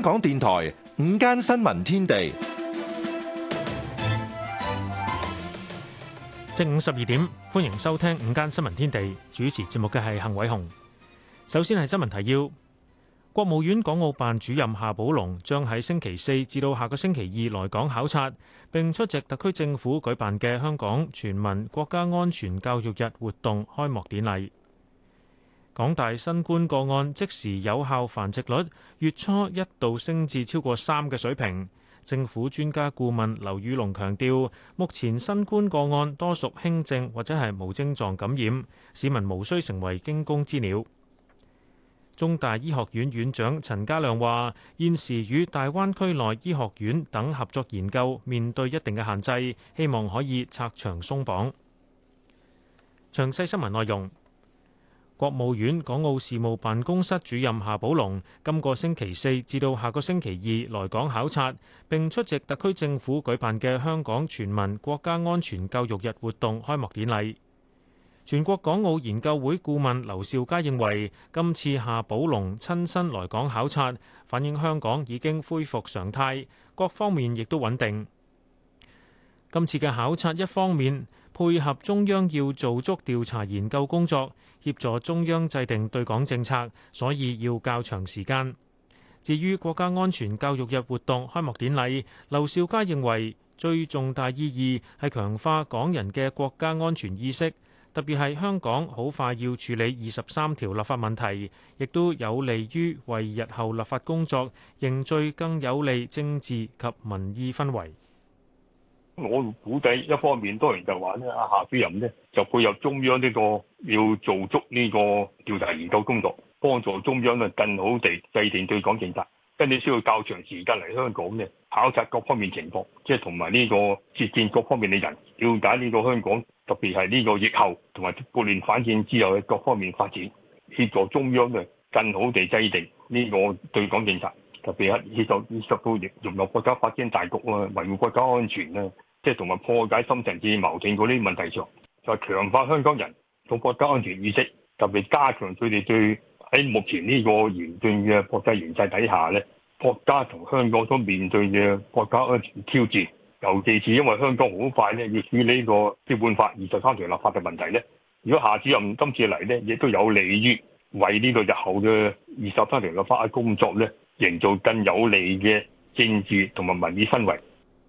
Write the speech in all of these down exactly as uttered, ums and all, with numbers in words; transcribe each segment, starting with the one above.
港電台午間新聞天地， 正午十二點，歡迎收聽午間新聞天地。主持節目嘅係幸偉雄。首先係新聞提要：國務院港澳辦主任夏寶龍將喺星期四至到下個星期二來港考察，並出席特區政府舉辦嘅香港全民國家安全教育日活動開幕典禮。港大新冠個案即時有效繁殖率月初一度升至超過三嘅水平。政府專家顧問劉宇龍強調，目前新冠個案多屬輕症或者係無症狀感染，市民無需成為驚弓之鳥。中大醫學院院長陳家亮話：現時與大灣區內醫學院等合作研究面對一定嘅限制，希望可以拆牆鬆綁。詳細新聞內容。國務院港澳事務辦公室主任夏寶龍今個星期四至到下個星期二來港考察，並出席特區政府舉辦嘅香港全民國家安全教育日活動開幕典禮。全國港澳研究會顧問劉兆佳認為，今次夏寶龍親身來港考察，反映香港已經恢復常態，各方面亦都穩定。今次嘅考察一方面配合中央要做足調查研究工作，協助中央制定對港政策，所以要較長時間。至於國家安全教育日活動開幕典禮，劉兆佳認為最重大意義係強化港人嘅國家安全意識，特別係香港好快要處理二十三條立法問題，亦都有利於為日後立法工作凝聚更有利政治及民意氛圍。 我估計一方面當然就話咧，阿夏主任咧就配合中央呢個要做足呢個調查研究工作，幫助中央咧更好地制定對港政策。跟住需要較長時間嚟香港咧考察各方面情況，即係同埋呢個接見各方面嘅人，了解呢個香港特別係呢個疫後同埋撥亂反正之後嘅各方面發展，協助中央咧更好地制定呢個對港政策。特別係協助協助到融入國家發展大局啊，維護國家安全啊，即係同埋破解深層次矛盾嗰啲問題上，就係強化香港人對國家安全意識，特別加強佢哋對喺目前呢個嚴峻嘅國際形勢底下咧，國家同香港所面對嘅國家安全挑戰，尤其是因為香港好快咧要處理呢個基本法二十三條立法嘅問題咧。如果夏主任今次嚟咧，亦都有利於為呢個日後嘅二十三條立法嘅工作咧，營造更有利嘅政治同埋民意氛圍。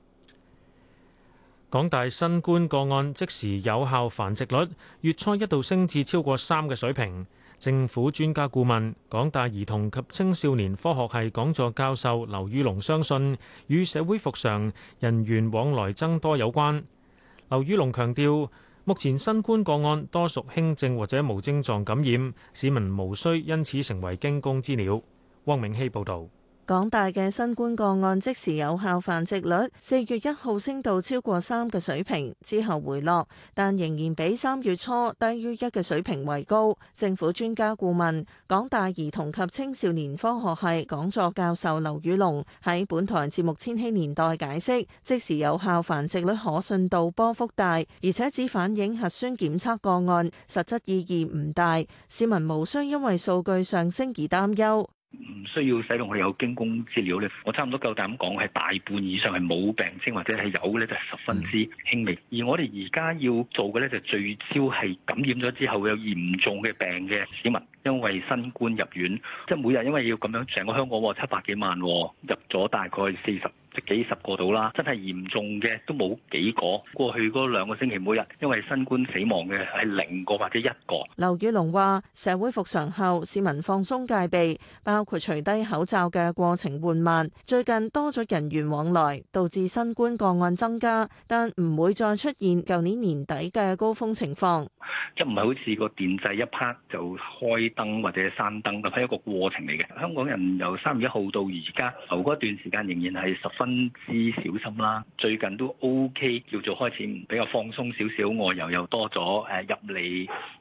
港大新冠個案即時有效繁殖率月初一度升至超過三嘅水平。政府專家顧問、港大兒童及青少年科學系講座教授劉宇龍相信，與社會復常、人員往來增多有關。劉宇龍強調，目前新冠個案多屬輕症或者無症狀感染，市民無需因此成為驚弓之鳥。汪明希報導。 港大嘅新冠個案即時有效繁殖率四月一號升到超過三嘅水平，之後回落，但仍然比三月初低於一嘅水平為高。政府專家顧問、港大兒童及青少年科學系講座教授劉宇龍喺本台節目《千禧年代》解釋，即時有效繁殖率可信度波幅大，而且只反映核酸檢測個案，實質意義唔大，市民無需因為數據上升而擔憂。 唔需要使用我哋有驚弓之鳥咧，我差唔多夠膽講係大半以上係冇病徵或者係有咧，就係十分之輕微。而我哋而家要做嘅咧，就聚焦係感染咗之後有嚴重嘅病嘅市民，因為新冠入院，即係每日因為要咁樣，成個香港七百幾萬入咗大概四十。即幾十個到啦，真係嚴重嘅都冇幾個。過去嗰兩個星期，每日因為新冠死亡嘅係零個或者一個。 劉宇龍話：社會復常後，市民放鬆戒備，包括除低口罩嘅過程緩慢。最近多咗人員往來，導致新冠個案增加，但唔會再出現舊年年底嘅高峰情況。 即唔係好似個電掣一拍就開燈或者閂燈，咁係一個過程嚟嘅。香港人由三月一號到而家頭嗰段時間，仍然係十分分之小心啦，最近都 OK，叫做開始比較放鬆少少，外遊又多咗，誒入嚟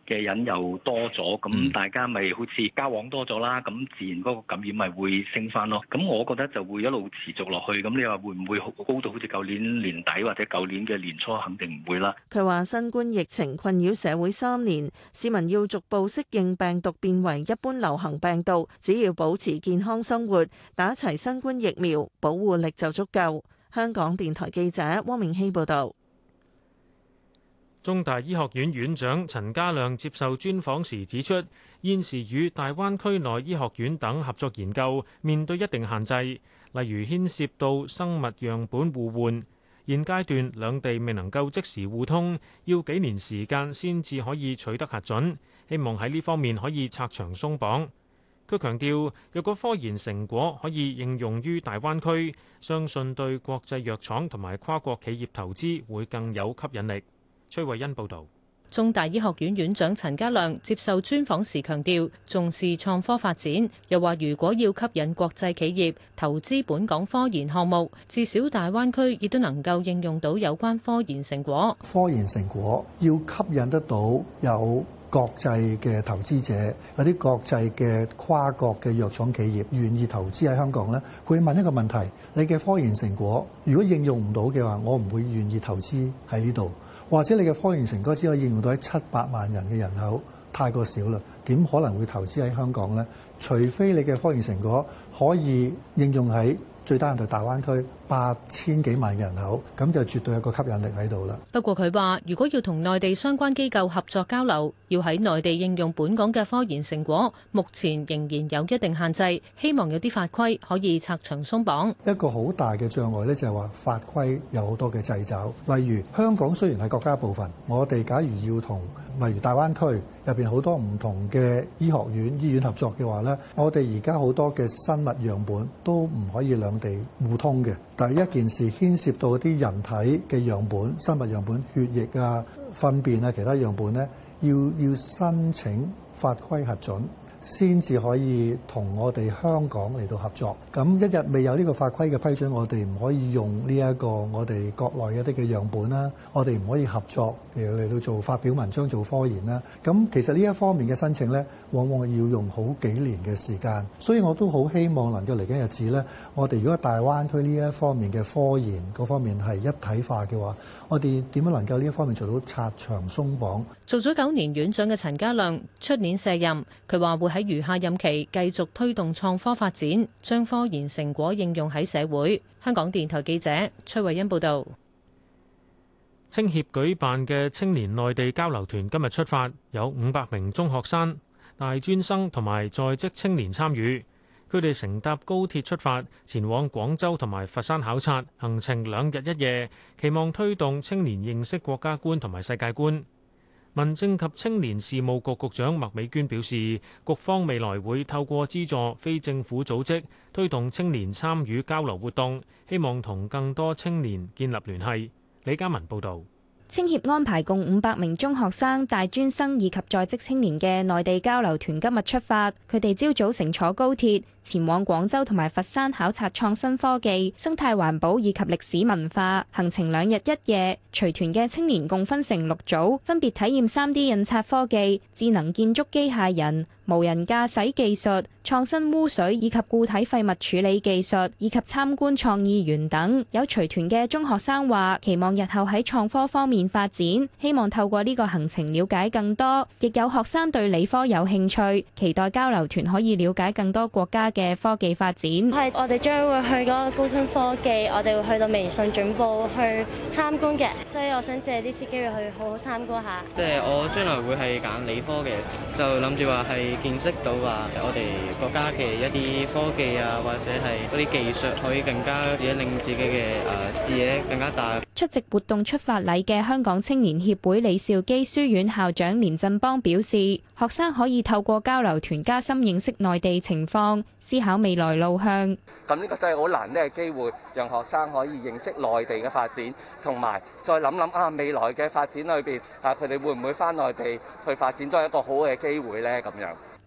嘅人又多咗，咁大家咪好似交往多咗啦，咁自然嗰個感染咪會升翻咯。咁我覺得就會一路持續落去。咁你話會唔會高到好似舊年年底或者舊年嘅年初？肯定唔會啦。 佢話新冠疫情困擾社會三年，市民要逐步適應病毒變為一般流行病毒，只要保持健康生活，打齊新冠疫苗，保護力就足夠。香港電台記者汪明希報導。 中大醫學院院長陳家亮接受專訪時指出，現時與大灣區內醫學院等合作研究面對一定限制，例如牽涉到生物樣本互換，現階段兩地未能夠即時互通，要幾年時間先至可以取得核准。希望喺呢方面可以拆牆鬆綁。佢強調，若果科研成果可以應用於大灣區，相信對國際藥廠同埋跨國企業投資會更有吸引力。崔慧欣報導。 中大醫學院院長陳家亮接受專訪時強調，重視創科發展，又話如果要吸引國際企業投資本港科研項目，至少大灣區亦都能夠應用到有關科研成果。 科研成果要吸引得到有國際嘅投資者，有啲國際嘅跨國嘅藥廠企業願意投資喺香港呢，會問一個問題：你嘅科研成果如果應用唔到嘅話，我唔會願意投資喺呢度。或者你嘅科研成果只可以應用到喺七百萬人嘅人口，太過少啦，點可能會投資喺香港呢？除非你嘅科研成果可以應用喺最低限度大灣區八千幾萬人口，咁就絕對有個吸引力喺度啦。 不過佢話，如果要同內地相關機構合作交流，要喺內地應用本港嘅科研成果，目前仍然有一定限制，希望有啲法規可以拆牆鬆綁。 一個好大嘅障礙呢，就係話法規有好多嘅掣肘，例如香港雖然係國家一部分，我哋假如要同例如大灣區入邊好多唔同嘅醫學院、醫院合作嘅話呢，我哋而家好多嘅生物樣本都唔可以兩地互通嘅。第一件事牽涉到啲人體嘅樣本、生物樣本、血液啊、糞便啊、其他樣本呢，要要申請法規核准，先至可以同我哋香港嚟到合作。咁一日未有呢個法規嘅批准，我哋唔可以用呢一個我哋國內一啲嘅樣本啦，我哋唔可以合作嚟到做發表文章、做科研啦。咁其實呢一方面嘅申請呢，往往要用好幾年嘅時間。所以我都好希望能夠嚟緊日子呢，我哋如果大灣區呢一方面嘅科研嗰方面係一體化嘅話，我哋點樣能夠呢一方面做到拆牆鬆綁？ 做咗九年院長嘅陳家亮，出年卸任，佢話會喺餘下任期繼續推動創科發展，將科研成果應用喺社會。香港電台記者崔慧欣報道。 青協舉辦嘅青年內地交流團今日出發，有五百名中學生、大專生同埋在職青年參與。佢哋乘搭高鐵出發，前往廣州同埋佛山考察，行程兩日一夜，期望推動青年認識國家觀同埋世界觀。民政及青年事務局局長麥美娟表示，局方未來會透過資助非政府組織推動青年參與交流活動，希望同更多青年建立聯繫。李嘉文報導。 青協安排共五百名中學生、大專生以及在職青年嘅內地交流團今日出發，佢哋朝早乘坐高鐵前往廣州同埋佛山考察創新科技、生態環保以及歷史文化，行程兩日一夜。隨團嘅青年共分成六組，分別體驗 三 D 印刷科技、智能建築機械人、無人駕駛技術、創新污水以及固體廢物處理技術，以及參觀創意園等。有隨團嘅中學生話，期望日後喺創科方面發展，希望透過呢個行程了解更多。亦有學生對理科有興趣，期待交流團可以了解更多國家嘅科技發展。 係，我哋將會去嗰個高新科技，我哋會去到微信總部去參觀嘅，所以我想借呢次機會去好好參觀下。 即係我將來會係揀理科嘅，就諗住話係見識到話我哋國家嘅一啲科技啊，或者係嗰啲技術可以更加自己令自己嘅誒視野更加大。 出席活動出發禮嘅香港青年協會李兆基書院校長連振邦表示，學生可以透過交流團加深認識內地情況，思考未來路向。 咁呢個都係好難得嘅機會，讓學生可以認識內地嘅發展，同埋再諗諗啊未來嘅發展裏邊啊，佢哋會唔會返內地去發展，都係一個好嘅機會呢。咁樣。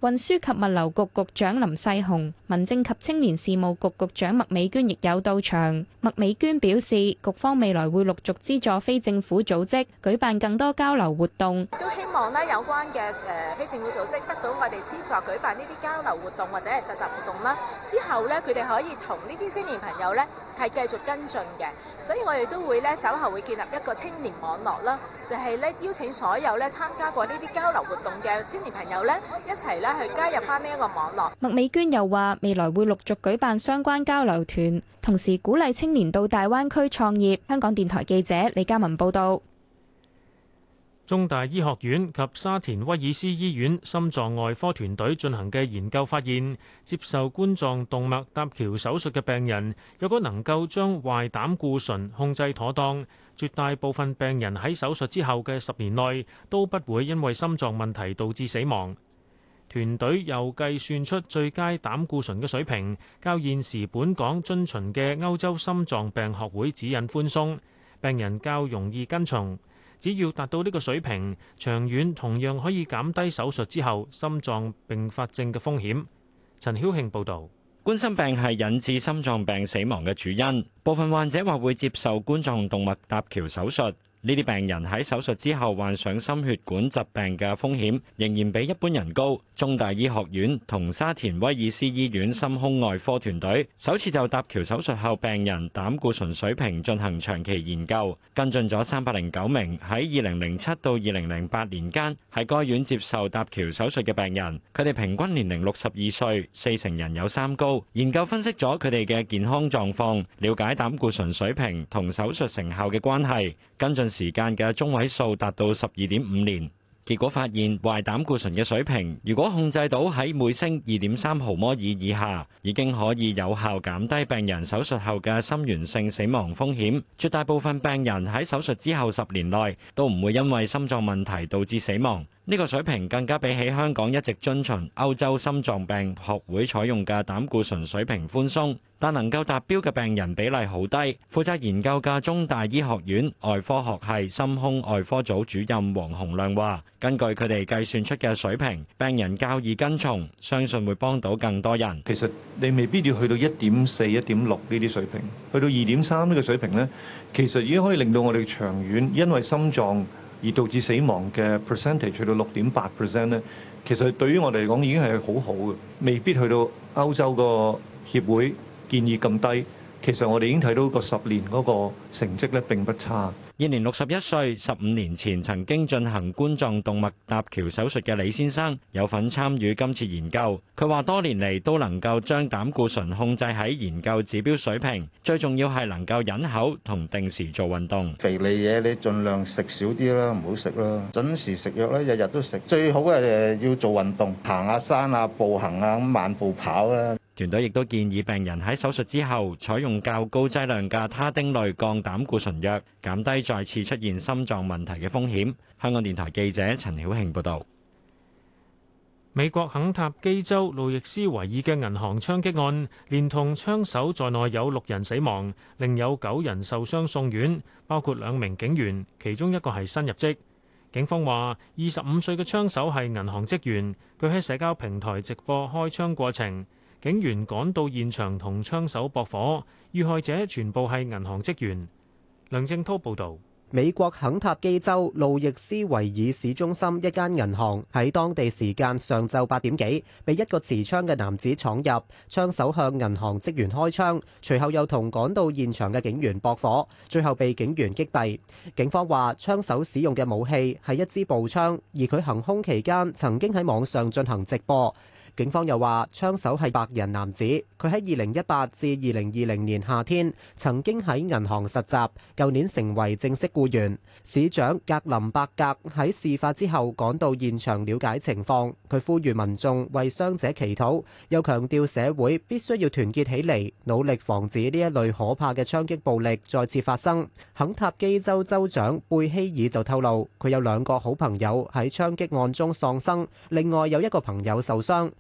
運輸及物流局局長林世雄、民政及青年事務局局長麥美娟亦有到場。麥美娟表示，局方未來會陸續資助非政府組織舉辦更多交流活動， 都希望咧有關嘅誒非政府組織得到我哋資助舉辦呢啲交流活動或者係實習活動啦。之後咧，佢哋可以同呢啲青年朋友咧係繼續跟進嘅，所以我哋都會咧稍後會建立一個青年網絡啦，就係咧邀請所有咧參加過呢啲交流活動嘅青年朋友咧一齊咧去加入翻呢一個網絡。 麥美娟又話，未來會陸續舉辦相關交流團，同時鼓勵青年到大灣區創業。香港電台記者李嘉文報道。 中大醫學院及沙田威爾斯醫院心臟外科團隊進行嘅研究發現，接受冠狀動脈搭橋手術嘅病人，若果能夠將壞膽固醇控制妥當，絕大部分病人喺手術之後嘅十年內都不會因為心臟問題導致死亡。團隊又計算出最佳膽固醇嘅水平，較現時本港遵循嘅歐洲心臟病學會指引寬鬆，病人較容易跟從。只要達到呢個水平，長遠同樣可以減低手術之後心臟併發症嘅風險。陳曉慶報導。 冠心病係引致心臟病死亡嘅主因，部分患者或會接受冠狀動脈搭橋手術。呢啲病人喺手術之後患上心血管疾病嘅風險仍然比一般人高。中大醫學院同沙田威爾斯醫院心胸外科團隊首次就搭橋手術後病人膽固醇水平進行長期研究，跟進咗三百零九名喺二零零七到二零零八年間喺該院接受搭橋手術嘅病人，佢哋平均年齡六十二歲，四成人有三高。研究分析咗佢哋嘅健康狀況，了解膽固醇水平同手術成效嘅關係，跟進時間嘅中位數達到十二點五年。結果發現，壞膽固醇嘅水平如果控制到喺每升二點三毫摩爾以下，已經可以有效減低病人手術後嘅心源性死亡風險。絕大部分病人喺手術之後十年內都唔會因為心臟問題導致死亡。呢個水平更加比起香港一直遵循歐洲心臟病學會採用嘅膽固醇水平寬鬆，但能夠達標嘅病人比例好低。負責研究嘅中大醫學院外科學系心胸外科組主任黃洪亮話，根據佢哋計算出嘅水平，病人較易跟從，相信會幫到更多人。 其實你未必要去到一點四、一點六呢啲水平，去到二點三呢個水平呢，其實已經可以令到我哋長遠因為心臟而導致死亡嘅 percentage 去到六點八 percent 咧，其實對於我哋嚟講已經係好好嘅，未必去到歐洲個協會建議咁低。其實我哋已經睇到個十年嗰個成績咧並不差。 現年六十一歲，十五年前曾經進行冠狀動脈搭橋手術嘅李先生有份參與今次研究。佢話多年嚟都能夠將膽固醇控制喺研究指標水平，最重要係能夠忍口同定時做運動。 肥膩嘢你盡量食少啲啦，唔好食啦。準時食藥咧，日日都食。最好嘅誒要做運動，行下山啊，步行啊，咁慢步跑啦。 團隊亦都建議病人喺手術之後採用較高劑量嘅他汀類降膽固醇藥，減低再次出現心臟問題嘅風險。香港電台記者陳曉慶報導。 美國肯塔基州路易斯維爾嘅銀行槍擊案，連同槍手在內有六人死亡，另有九人受傷送院，包括兩名警員，其中一個係新入職。警方話，二十五歲嘅槍手係銀行職員，佢喺社交平台直播開槍過程。警員趕到現場同槍手駁火，遇害者全部係銀行職員。梁正滔報導。 美國肯塔基州路易斯維爾市中心一間銀行喺當地時間上晝八點幾，被一個持槍嘅男子闖入，槍手向銀行職員開槍，隨後又同趕到現場嘅警員駁火，最後被警員擊斃。警方話，槍手使用嘅武器係一支步槍，而佢行兇期間曾經喺網上進行直播。警方又話，槍手係白人男子，佢喺二零一八至二零二零年夏天曾經喺銀行實習，舊年成為正式僱員。市長格林伯格喺事發之後趕到現場了解情況，佢呼籲民眾為傷者祈禱，又強調社會必須要團結起嚟，努力防止呢一類可怕嘅槍擊暴力再次發生。肯塔基州州長貝希爾就透露，佢有兩個好朋友喺槍擊案中喪生，另外有一個朋友受傷。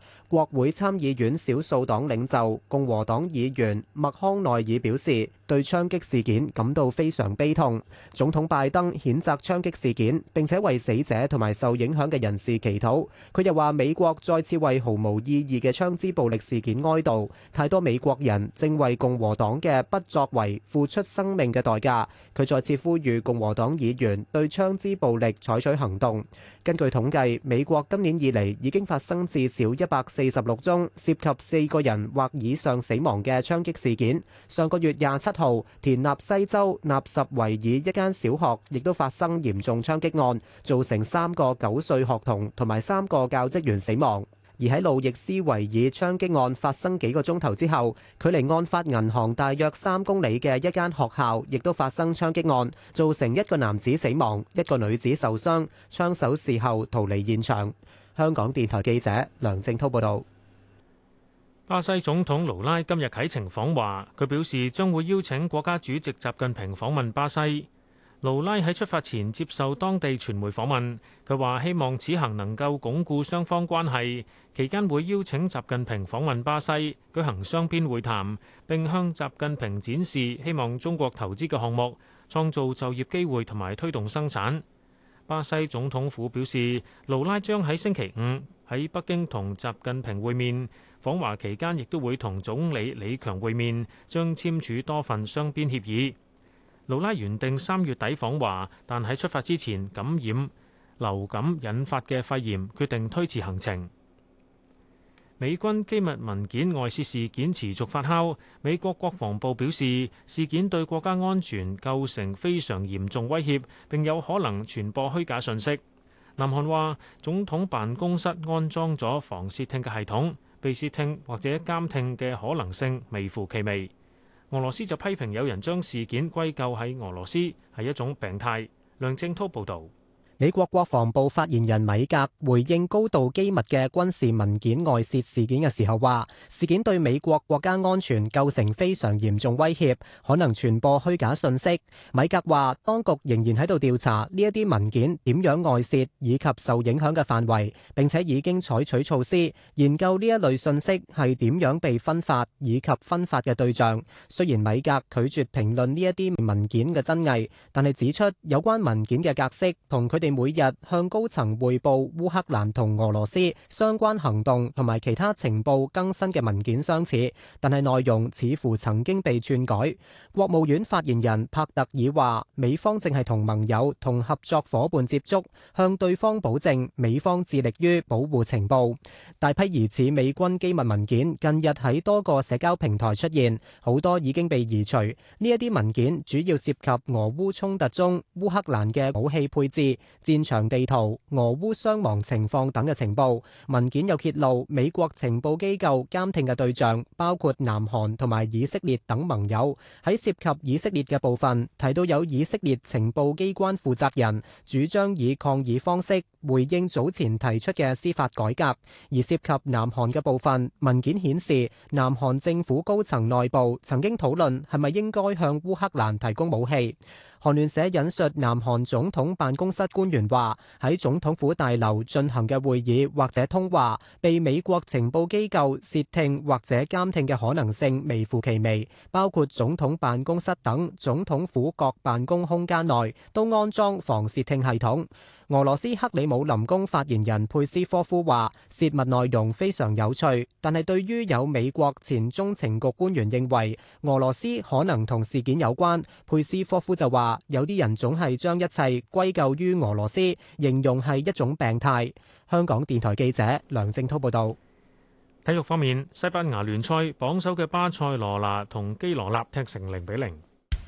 國會參議院少數黨領袖共和黨議員麥康奈爾表示，對槍擊事件感到非常悲痛。總統拜登譴責槍擊事件，並且為死者同埋受影響嘅人士祈禱。佢又話美國再次為毫無意義嘅槍支暴力事件哀悼，太多美國人正為共和黨嘅不作為付出生命嘅代價。佢再次呼籲共和黨議員對槍支暴力採取行動。根據統計，美國今年以嚟已經發生至少一百四十六宗涉及四個人或以上死亡嘅槍擊事件。上個月廿七號，田納西州納什維爾一間小學亦都發生嚴重槍擊案，造成三個九歲學童同埋三個教職員死亡。而喺路易斯維爾槍擊案發生幾個鐘頭之後，距離案發銀行大約三公里嘅一間學校亦都發生槍擊案，造成一個男子死亡，一個女子受傷，槍手事後逃離現場。香港電台記者梁正滔報導。 巴西總統盧拉今日啟程訪華，佢表示將會邀請國家主席習近平訪問巴西。盧拉喺出發前接受當地傳媒訪問，佢話希望此行能夠鞏固雙方關係，期間會邀請習近平訪問巴西，舉行雙邊會談，並向習近平展示希望中國投資嘅項目，創造就業機會同埋推動生產。巴西總統府表示，盧拉將喺星期五喺北京同習近平會面，訪華期間亦都會同總理李強會面，將簽署多份雙邊協議。盧拉原定三月底訪華，但喺出發之前感染流感引發嘅肺炎，決定推遲行程。美軍機密文件外泄事件持續發酵，美國國防部表示，事件對國家安全構成非常嚴重威脅，並有可能傳播虛假信息。南韓話，總統辦公室安裝咗防竊聽嘅系統，被竊聽或者監聽嘅可能性微乎其微。俄羅斯就批評有人將事件歸咎喺俄羅斯，係一種病態。梁正滔報導。 美國國防部發言人米格回應高度機密嘅軍事文件外泄事件嘅時候話，事件對美國國家安全構成非常嚴重威脅，可能傳播虛假信息。米格話，當局仍然喺度調查呢一啲文件點樣外泄以及受影響嘅範圍，並且已經採取措施研究呢一類信息係點樣被分發以及分發嘅對象。雖然米格拒絕評論呢一啲文件嘅真偽，但係指出有關文件嘅格式同佢哋每日向高層匯報烏克蘭同俄羅斯相關行動同埋其他情報更新嘅文件相似，但係內容似乎曾經被篡改。國務院發言人帕特爾話，美方正係同盟友同合作夥伴接觸，向對方保證美方致力於保護情報。大批疑似美軍機密文件近日喺多個社交平台出現，好多已經被移除。呢一啲文件主要涉及俄烏衝突中烏克蘭嘅武器配置、戰場地圖、俄烏傷亡情況等嘅情報。文件又揭露美國情報機構監聽嘅對象包括南韓同埋以色列等盟友。喺涉及以色列嘅部分提到，有以色列情報機關負責人主張以抗議方式回應早前提出嘅司法改革。而涉及南韓嘅部分，文件顯示南韓政府高層內部曾經討論係咪應該向烏克蘭提供武器。韓聯社引述南韓總統辦公室官員話，喺總統府大樓進行嘅會議或者通話被美國情報機構竊聽或者監聽嘅可能性微乎其微，包括總統辦公室等總統府各辦公空間內都安裝防竊聽系統。俄羅斯克里姆林宮發言人佩斯科夫話，洩密內容非常有趣，但係對於有美國前中情局官員認為俄羅斯可能同事件有關，佩斯科夫就話有啲人總係將一切歸咎於俄羅斯，形容係一種病態。香港電台記者梁正滔報導。 體育方面，西班牙聯賽榜首嘅巴塞羅那同基羅納踢成零比零。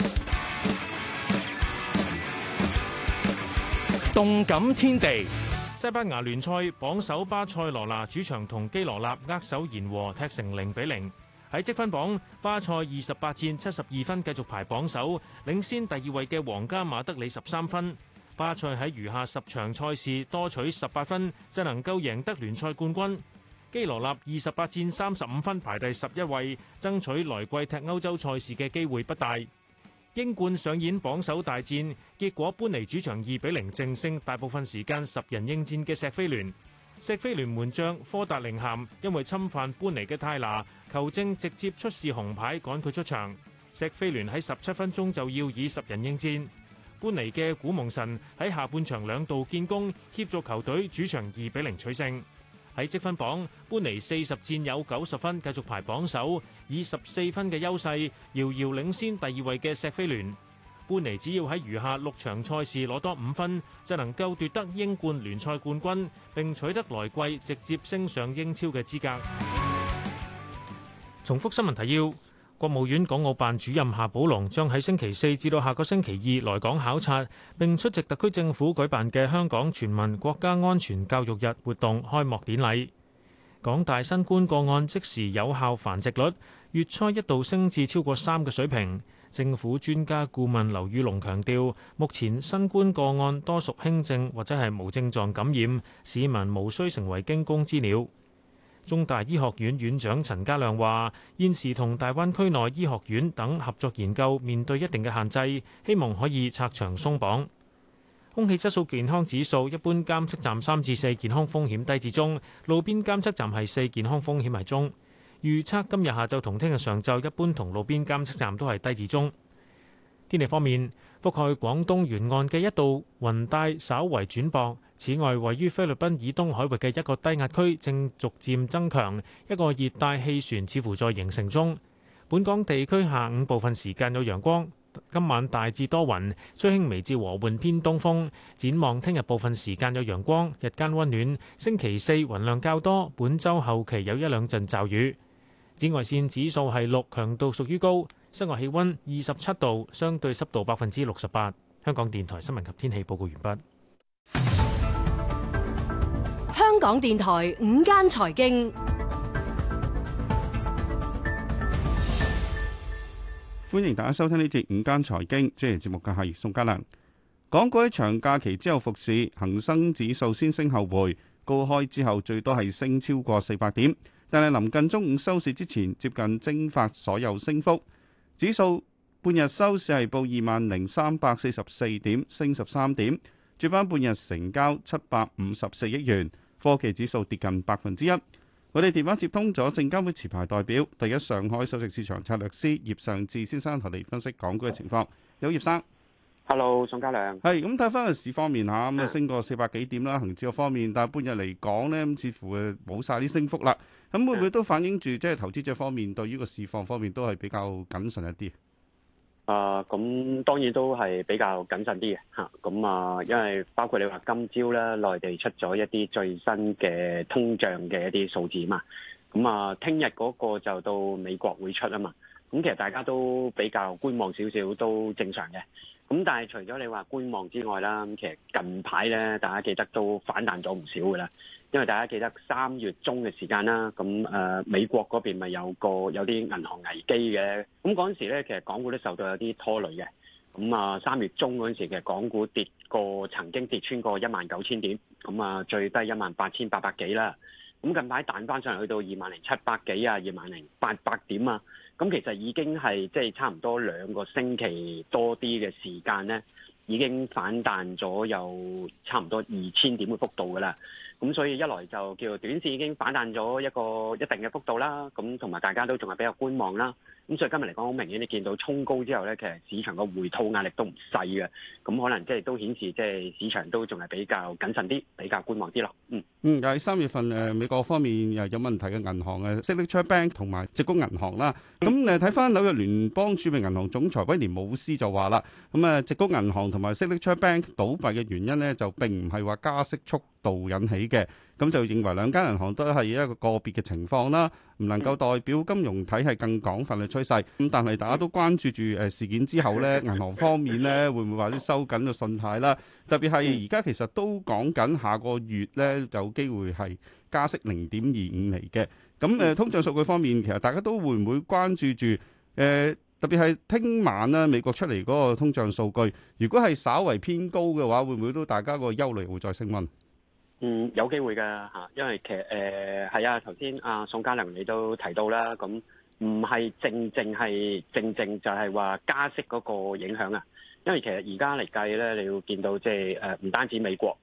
動感天地， 西班牙聯賽榜首巴塞羅那主場同基羅納握手言和，踢成零比零。喺積分榜，巴塞二十八戰七十二分，繼續排榜首，領先第二位嘅皇家馬德里十三分。巴塞喺餘下十場賽事多取十八分，就能夠贏得聯賽冠軍。基羅納二十八戰三十五分，排第十一位，爭取來季踢歐洲賽事嘅機會不大。英冠上演榜首大戰，結果般尼主場二比零淨勝大部分時間十人應戰嘅錫菲聯。 錫菲聯門將科達寧咸因為侵犯般尼嘅泰拿，球證直接出示紅牌趕佢出場。錫菲聯喺十七分鐘就要以十人應戰。般尼嘅古蒙神喺下半場兩度建功，協助球隊主場二比零取勝。喺積分榜，般尼四十戰有九十分，繼續排榜首，以十四分嘅優勢遙遙領先第二位嘅錫菲聯。般尼只要喺餘下六場賽事攞多五分，就能夠奪得英冠聯賽冠軍，並取得來季直接升上英超嘅資格。重複新聞提要：國務院港澳辦主任夏寶龍將喺星期四至到下個星期二來港考察，並出席特區政府舉辦嘅香港全民國家安全教育日活動開幕典禮。港大新冠個案即時有效繁殖率月初一度升至超過三嘅水平。政府專家顧問劉宇龍強調，目前新冠個案多屬輕症或者係無症狀感染，市民無需成為驚弓之鳥。中大醫學院院長陳家亮話：現時同大灣區內醫學院等合作研究面對一定嘅限制，希望可以拆牆鬆綁。空氣質素健康指數一般監測站三至四，健康風險低至中，路邊監測站係四，健康風險係中。預測今日下晝同聽日上晝一般同路邊監測站都係低至中。天氣方面，覆蓋廣東沿岸嘅一道雲帶稍為轉薄。此外，位於菲律賓以東海域嘅一個低壓區正逐漸增強，一個熱帶氣旋似乎在形成中。本港地區下午部分時間有陽光，今晚大致多雲，吹輕微至和緩偏東風。展望聽日部分時間有陽光，日間溫暖。星期四雲量較多，本週後期有一兩陣驟雨。紫外線指數係六，強度屬於高。室外氣温二十七度，相對濕度百分之六十八。香港電台新聞及天氣報告完畢。 香港電台午間財經， 歡迎大家收聽呢節午間財經。主持節目嘅係宋家良。港股喺長假期之後復市，恒生指數先升後回，高開之後最多係升超過四百點。但係臨近中午收市之前，接近蒸發所有升幅。指數半日收市係報二萬零三百四十四點，升十三點。主板半日成交七百五十四億元。科技指數跌近百分之一。我哋電話接通咗證監會持牌代表、第一上海首席市場策略師葉尚志先生，同你分析港股嘅情況。有葉生。 Hello， 宋家良。 係咁睇翻個市方面嚇，咁啊升過四百幾點啦，恒指嗰方面，但係半日嚟講呢，咁似乎誒冇晒啲升幅啦。咁會唔會都反映住即係投資者方面對於個市況方面都係比較謹慎一啲？ 啊，咁當然都係比較謹慎啲嘅嚇。咁啊，因為包括你話今朝咧，內地出咗一啲最新嘅通脹嘅一啲數字嘛。咁啊，聽日嗰個就到美國會出啊嘛。咁其實大家都比較觀望少少，都正常嘅。咁但係除咗你話觀望之外啦，咁其實近排咧，大家記得都反彈咗唔少㗎啦。因為大家記得三月中嘅時間啦，咁誒、呃、美國嗰邊咪有個有啲銀行危機嘅，咁嗰陣時咧，其實港股都受到有啲拖累嘅。咁啊三月中嗰陣時，其實港股跌過，曾經跌穿過一萬九千點，咁啊最低一萬八千八百幾啦。咁近排彈翻上去到二萬零七百幾啊，二萬零八百點啊。咁其實已經係即係差唔多兩個星期多啲嘅時間咧，已經反彈咗有差唔多二千點嘅幅度㗎啦。咁所以一來就叫做短線已經反彈咗一個一定嘅幅度啦。咁同埋大家都仲係比較觀望啦。咁所以今日嚟講，好明顯你見到衝高之後咧，其實市場個回吐壓力都唔細嘅。咁可能即係都顯示即係市場都仲係比較謹慎啲，比較觀望啲咯。嗯嗯，喺三月份誒美國方面又有問題嘅銀行誒 Signature Bank 同埋矽谷銀行啦。咁誒睇翻紐約聯邦儲備銀行總裁威廉姆斯就話啦，咁誒矽谷銀行同埋 Signature Bank 倒閉嘅原因咧，就並唔係話加息速度引起嘅。咁就認為兩間銀行都係一個個別嘅情況啦，唔能夠代表金融體系更廣泛嘅趨勢。咁但係大家都關注住誒事件之後咧，銀行方面咧會唔會話啲收緊嘅信貸啦？特別係而家其實都講緊下個月咧有機會係加息零點二五厘嘅。咁誒通脹數據方面，其實大家都會唔會關注住誒？特別係聽晚啦，美國出嚟嗰個通脹數據，如果係稍為偏高嘅話，會唔會都大家個憂慮會再升溫？ 嗯，有機會㗎嚇，因為其實誒係啊，頭先阿宋家良你都提到啦，咁唔係正正係正正就係話加息嗰個影響啊，因為其實而家嚟計咧，你要見到即係誒唔單止美國，其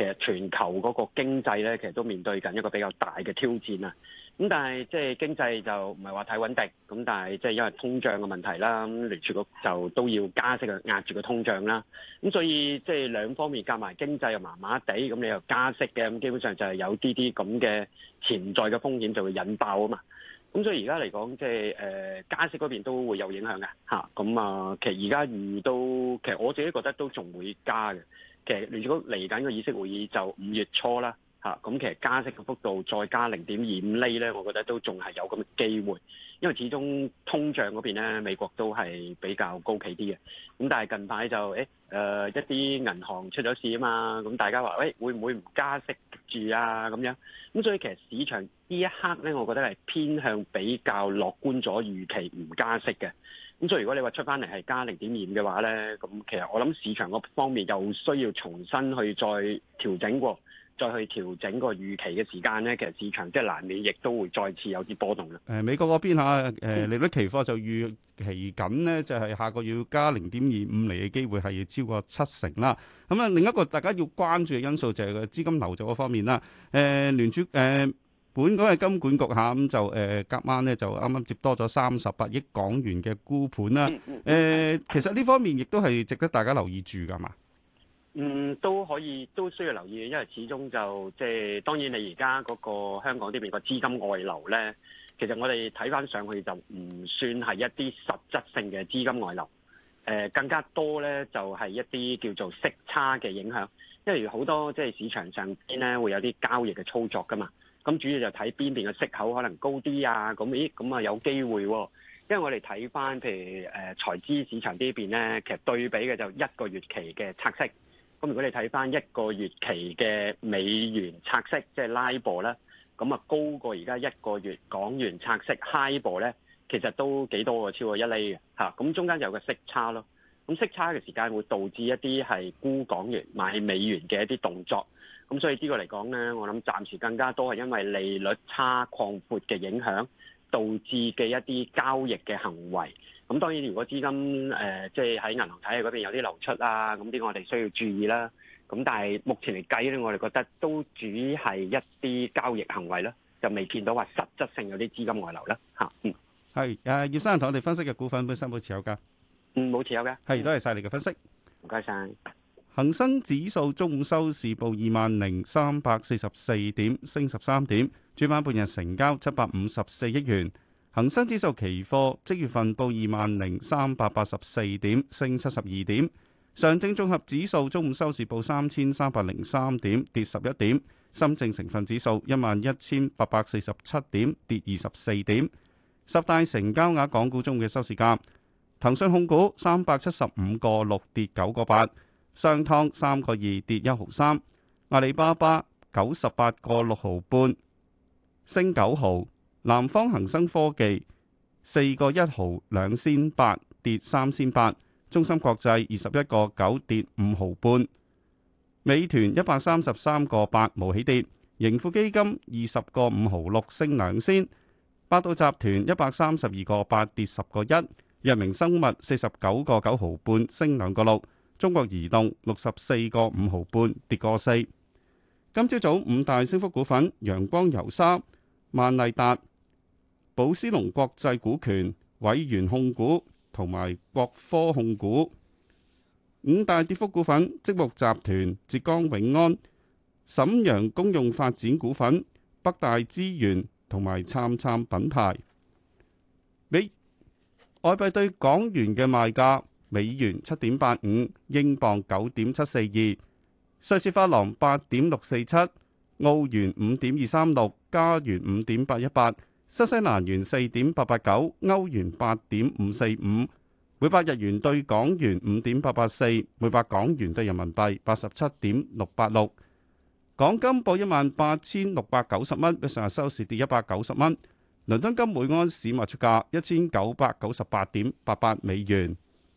其實全球嗰個經濟咧，其實都面對緊一個比較大嘅挑戰啊。咁但係即係經濟就唔係話太穩定，咁但係即係因為通脹嘅問題啦，咁聯儲局就都要加息去壓住個通脹啦。咁所以即係兩方面夾埋，經濟又麻麻地，咁你又加息嘅，咁基本上就係有啲啲咁嘅潛在嘅風險就會引爆啊嘛。咁所以而家嚟講，即係誒加息嗰邊都會有影響嘅嚇。咁啊，其實而家預都，其實我自己覺得都仲會加嘅。其實聯儲局嚟緊嘅議息會議就五月初啦。嚇，咁其實加息嘅幅度再加零點二五厘咧，我覺得都仲係有咁嘅機會，因為始終通脹嗰邊咧，美國都係比較高企啲嘅。咁但係近排就誒誒、呃、一啲銀行出咗事啊嘛，咁大家話喂會唔會唔加息住啊咁樣？咁所以其實市場呢一刻咧，我覺得係偏向比較樂觀咗，預期唔加息嘅。咁所以如果你話出翻嚟係加零點二五嘅話咧，咁其實我諗市場嗰方面又需要重新去再調整過。再去調整個預期嘅時間咧，其實市場即係難免亦都會再次有啲波動啦。 誒、呃、美國嗰邊嚇誒利率期貨就預期緊呢，就係、是、下個月要加零點二五厘嘅機會係超過七成啦。咁啊，另一個大家要關注嘅因素就係個資金流走嗰方面啦。誒、呃、聯儲誒、呃、本港嘅金管局下咁就誒隔晚咧就啱啱接多咗三十八億港元嘅沽盤啦。誒、呃、其實呢方面亦都係值得大家留意住㗎嘛。 嗯，都可以，都需要留意，因為始終就即係當然你而家嗰個香港呢邊個資金外流咧，其實我哋睇翻上去就唔算係一啲實質性嘅資金外流，誒、呃、更加多咧就係、是、一啲叫做息差嘅影響，因為好多即係市場上邊咧會有啲交易嘅操作噶嘛，咁主要就睇邊邊嘅息口可能高啲啊，咁咦咁啊有機會喎、哦，因為我哋睇翻譬如誒、呃、財資市場呢邊咧，其實對比嘅就一個月期嘅拆息。咁如果你睇翻一個月期嘅美元拆息，即係 LIBOR 咧，咁啊高過而家一個月港元拆息 HIBOR 咧，其實都幾多嘅，超過一厘嘅嚇。咁中間有個息差咯。咁息差嘅時間會導致一啲係沽港元買美元嘅一啲動作。咁所以呢個嚟講咧，我諗暫時更加多係因為利率差擴闊嘅影響，導致嘅一啲交易嘅行為。咁當然，如果資金誒即係喺銀行體系嗰邊有啲流出啊，咁呢個我哋需要注意啦。咁但係目前嚟計咧，我哋覺得都主係一啲交易行為啦，就未見到話實質性有啲資金外流啦。嚇，嗯， 係誒葉生同我哋分析嘅股份本身冇持有㗎， 嗯，冇持有嘅， 係多謝晒你嘅分析， 唔該晒。 恒生指數中午收市報二萬零三百四十四點，升十三點，主板半日成交七百五十四億元。恒生指數期貨即月份報二萬零三百八十四點，升七十二點。上證綜合指數中午收市報三千三百零三點，跌十一點。深證成分指數一萬一千八百四十七點，跌二十四點。十大成交額港股中嘅收市價：騰訊控股三百七十五個六跌九個八，商湯三個二跌一毫三，阿里巴巴九十八個六毫半升九毫。南方恒生科技四個一毫兩仙八跌三仙八，中芯國際二十一個九跌五毫半，美團一百三十三個八無起跌，盈富基金二十個五毫六升兩仙，百度集團一百三十二個八跌十個一，藥明生物四十九個九毫半升兩個六，中國移動六十四個五毫半跌個四。今朝早五大升幅股份：陽光油砂、萬麗達、寶斯龍國際股權、偉源控股同埋國科控股。五大跌幅股份：積木集團、浙江永安、瀋陽公用發展股份、北大資源同埋杉杉品牌。美外幣對港元嘅賣價：美元七點八五，英鎊九點七四二，瑞士法郎八點六四七，澳元五點二三六，加元五點八一八。新西蘭元四點八八九，歐元八點五四五，每百日元對港元五點八八四，每百港元對人民幣八十七點六八六。港金報一萬八千六百九十蚊，比上日收市跌一百九十蚊。倫敦金每盎司賣出價一千九百九十八點八八美元。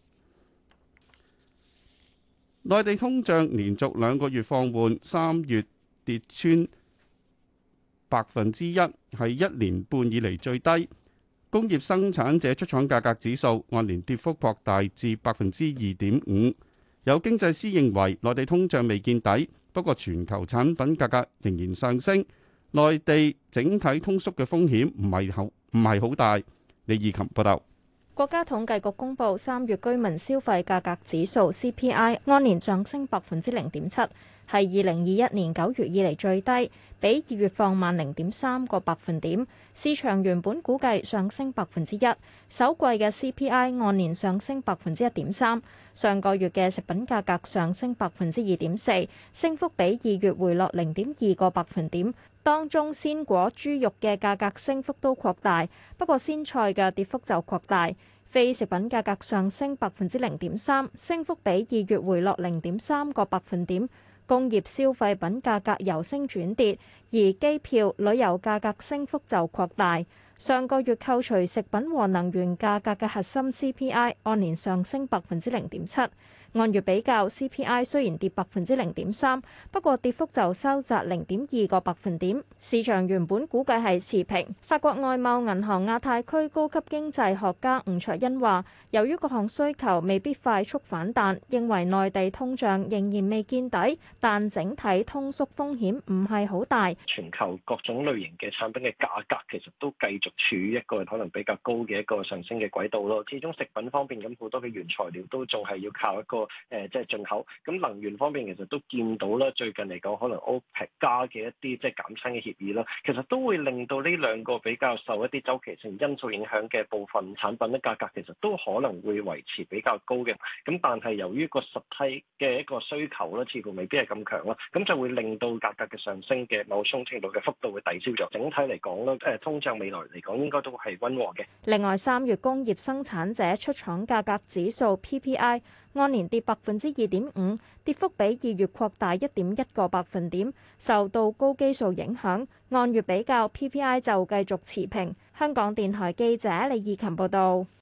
內地通脹連續兩個月放緩，三月跌穿百分之一，係一年半以嚟最低。工業生產者出廠價格指數按年跌幅擴大至百分之二點五。有經濟師認為內地通脹未見底， 不過全球產品價格仍然上升，內地整體通縮嘅風險唔係好唔係好大。李義琴報道。 國家統計局公布三月居民消費價格指數 C P I 按年上升百分之零點七，係二零二一年九月以嚟最低，比二月放慢零點三個百分點。市場原本估計上升百分之一，首季嘅 C P I 按年上升百分之一點三。上個月嘅食品價格上升百分之二點四，升幅比二月回落零點二個百分點。當中鮮果、豬肉嘅價格升幅都擴大，不過鮮菜嘅跌幅就擴大。非食品價格上升百分之零點三，升幅比二月回落零點三個百分點。工業消費品價格由升轉跌，而機票、旅遊價格升幅就擴大。上個月扣除食品和能源價格嘅核心 C P I 按年上升百分之零點七。按月比較 ，C P I 雖然跌百分之零點三，不過跌幅就收窄零點二個百分點。市場原本估計係持平。法國外貿銀行亞太區高級經濟學家吳卓恩話，由於各項需求未必快速反彈，認為內地通脹仍然未見底，但整體通縮風險唔係好大。 全球各種類型嘅產品嘅價格其實都繼續處於一個可能比較高嘅一個上升嘅軌道咯。始終食品方面咁好多嘅原材料都仲係要靠一個誒即係進口，咁能源方面其實都見到啦。最近嚟講，可能 OPEC 加嘅一啲即係減產嘅協議啦，其實都會令到呢兩個比較受一啲周期性因素影響嘅部分產品咧，價格其實都可能會維持比較高嘅。咁但係由於個實體嘅一個需求咧，似乎未必係咁強啦，咁就會令到價格嘅上升嘅某種程度嘅幅度會抵消咗。整體嚟講咧，誒通脹未來嚟講應該都係溫和嘅。 另外，三月工業生產者出廠價格指數 P P I 按年跌百分之二點五，跌幅比二月擴大一點一個百分點，受到高基數影響。按月比較 ，P P I 就繼續持平。香港電台記者李義琴報道。